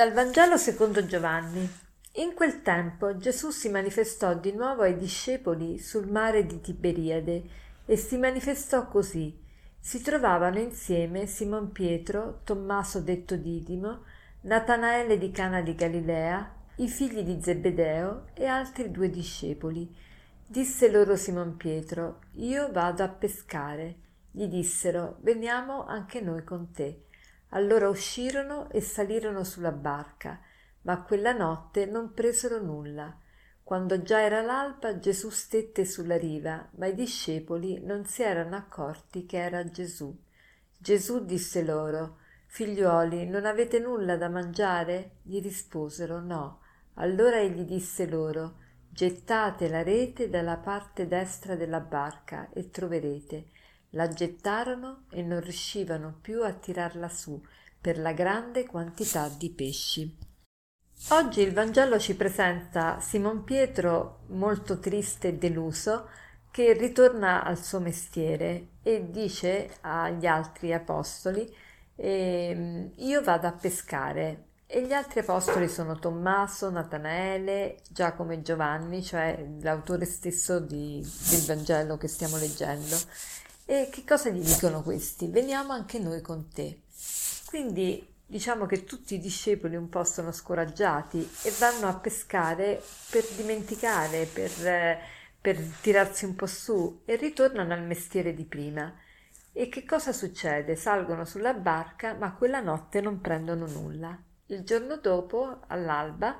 Dal Vangelo secondo Giovanni. In quel tempo Gesù si manifestò di nuovo ai discepoli sul mare di Tiberiade e si manifestò così. Si trovavano insieme Simon Pietro, Tommaso detto Didimo, Natanaele di Cana di Galilea, i figli di Zebedeo e altri 2 discepoli. Disse loro Simon Pietro: Io vado a pescare. Gli dissero: Veniamo anche noi con te. Allora uscirono e salirono sulla barca, ma quella notte non presero nulla. Quando già era l'alba, Gesù stette sulla riva, ma i discepoli non si erano accorti che era Gesù. Gesù disse loro: Figliuoli, non avete nulla da mangiare? Gli risposero: No. Allora egli disse loro: Gettate la rete dalla parte destra della barca e troverete. La gettarono e non riuscivano più a tirarla su per la grande quantità di pesci. Oggi il Vangelo ci presenta Simon Pietro molto triste e deluso che ritorna al suo mestiere e dice agli altri apostoli: Io vado a pescare. E gli altri apostoli sono Tommaso, Natanaele, Giacomo e Giovanni, cioè l'autore stesso del Vangelo che stiamo leggendo. E che cosa gli dicono questi? Veniamo anche noi con te. Quindi diciamo che tutti i discepoli un po' sono scoraggiati e vanno a pescare per dimenticare, per tirarsi un po' su e ritornano al mestiere di prima. E che cosa succede? Salgono sulla barca, ma quella notte non prendono nulla. Il giorno dopo, all'alba,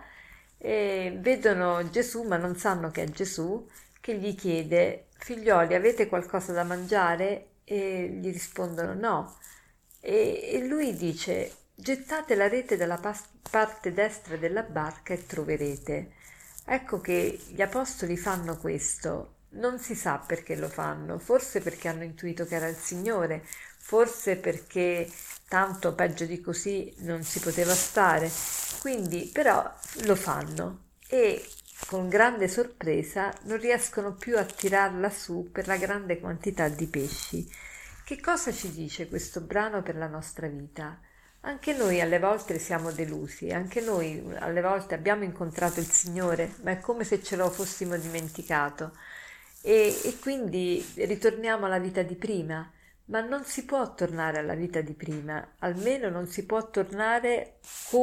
vedono Gesù, ma non sanno che è Gesù, che gli chiede: Figlioli, avete qualcosa da mangiare? E gli rispondono no. E lui dice: Gettate la rete dalla parte destra della barca e troverete. Ecco che gli apostoli fanno questo. Non si sa perché lo fanno, forse perché hanno intuito che era il Signore, forse perché tanto peggio di così non si poteva stare. Quindi però lo fanno e con grande sorpresa non riescono più a tirarla su per la grande quantità di pesci. Che cosa ci dice questo brano per la nostra vita? Anche noi alle volte siamo delusi, anche noi alle volte abbiamo incontrato il Signore, ma è come se ce lo fossimo dimenticato e quindi ritorniamo alla vita di prima, ma non si può tornare alla vita di prima, almeno non si può tornare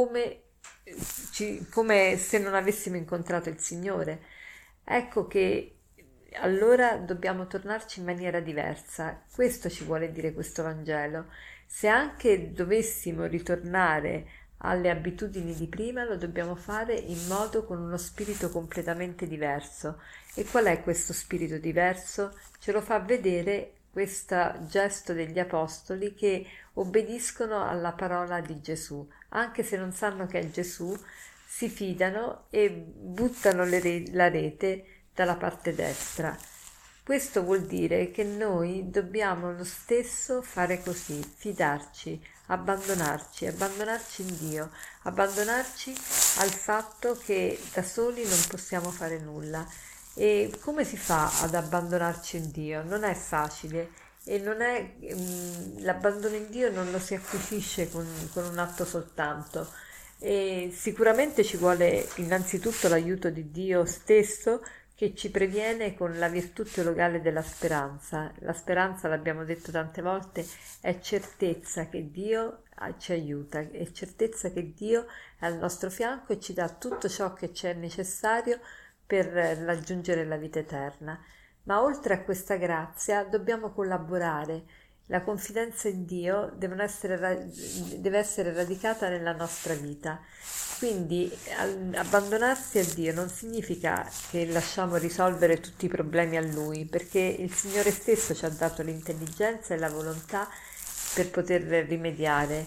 come se non avessimo incontrato il Signore. Ecco che allora dobbiamo tornarci in maniera diversa. Questo ci vuole dire questo Vangelo. Se anche dovessimo ritornare alle abitudini di prima, lo dobbiamo fare in modo con uno spirito completamente diverso. E qual è questo spirito diverso? Ce lo fa vedere questo gesto degli apostoli che obbediscono alla parola di Gesù, anche se non sanno che è Gesù, si fidano e buttano la rete dalla parte destra. Questo vuol dire che noi dobbiamo lo stesso fare così, fidarci, abbandonarci in Dio, abbandonarci al fatto che da soli non possiamo fare nulla. E come si fa ad abbandonarci in Dio? Non è facile e non è, l'abbandono in Dio non lo si acquisisce con un atto soltanto. E sicuramente ci vuole innanzitutto l'aiuto di Dio stesso, che ci previene con la virtù teologale della speranza. La speranza, l'abbiamo detto tante volte, è certezza che Dio ci aiuta, è certezza che Dio è al nostro fianco e ci dà tutto ciò che ci è necessario per raggiungere la vita eterna. Ma oltre a questa grazia dobbiamo collaborare. La confidenza in Dio deve essere radicata nella nostra vita. Quindi abbandonarsi a Dio non significa che lasciamo risolvere tutti i problemi a Lui, perché il Signore stesso ci ha dato l'intelligenza e la volontà per poter rimediare,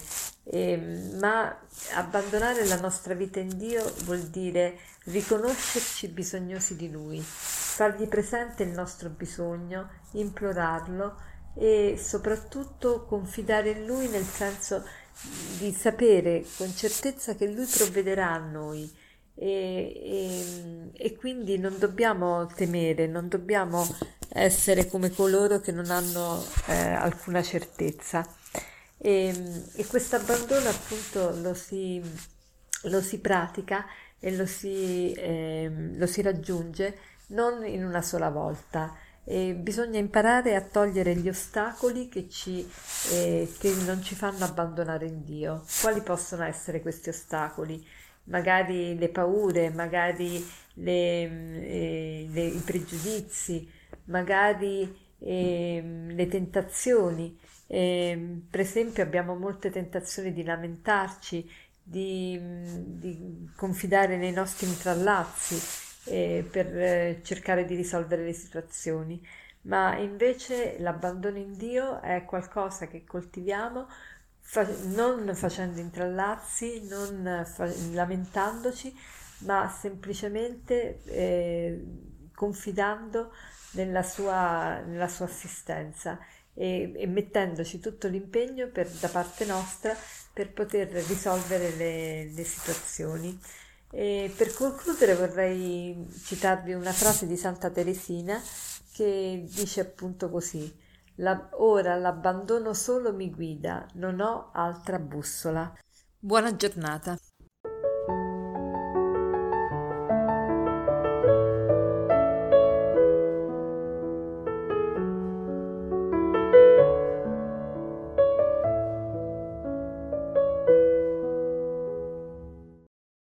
ma abbandonare la nostra vita in Dio vuol dire riconoscerci bisognosi di Lui, fargli presente il nostro bisogno, implorarlo e soprattutto confidare in Lui, nel senso di sapere con certezza che Lui provvederà a noi e quindi non dobbiamo temere, non dobbiamo essere come coloro che non hanno alcuna certezza e questo abbandono appunto lo si pratica e lo si raggiunge non in una sola volta. E bisogna imparare a togliere gli ostacoli che non ci fanno abbandonare in Dio. Quali possono essere questi ostacoli? Magari le paure, magari i pregiudizi, magari le tentazioni. Per esempio abbiamo molte tentazioni di lamentarci, di confidare nei nostri intrallazzi per cercare di risolvere le situazioni, ma invece l'abbandono in Dio è qualcosa che coltiviamo non facendo intrallazzi, non lamentandoci, ma semplicemente confidando nella sua assistenza e mettendoci tutto l'impegno da parte nostra per poter risolvere le situazioni. E per concludere vorrei citarvi una frase di Santa Teresina che dice appunto così: ora l'abbandono solo mi guida, non ho altra bussola. Buona giornata.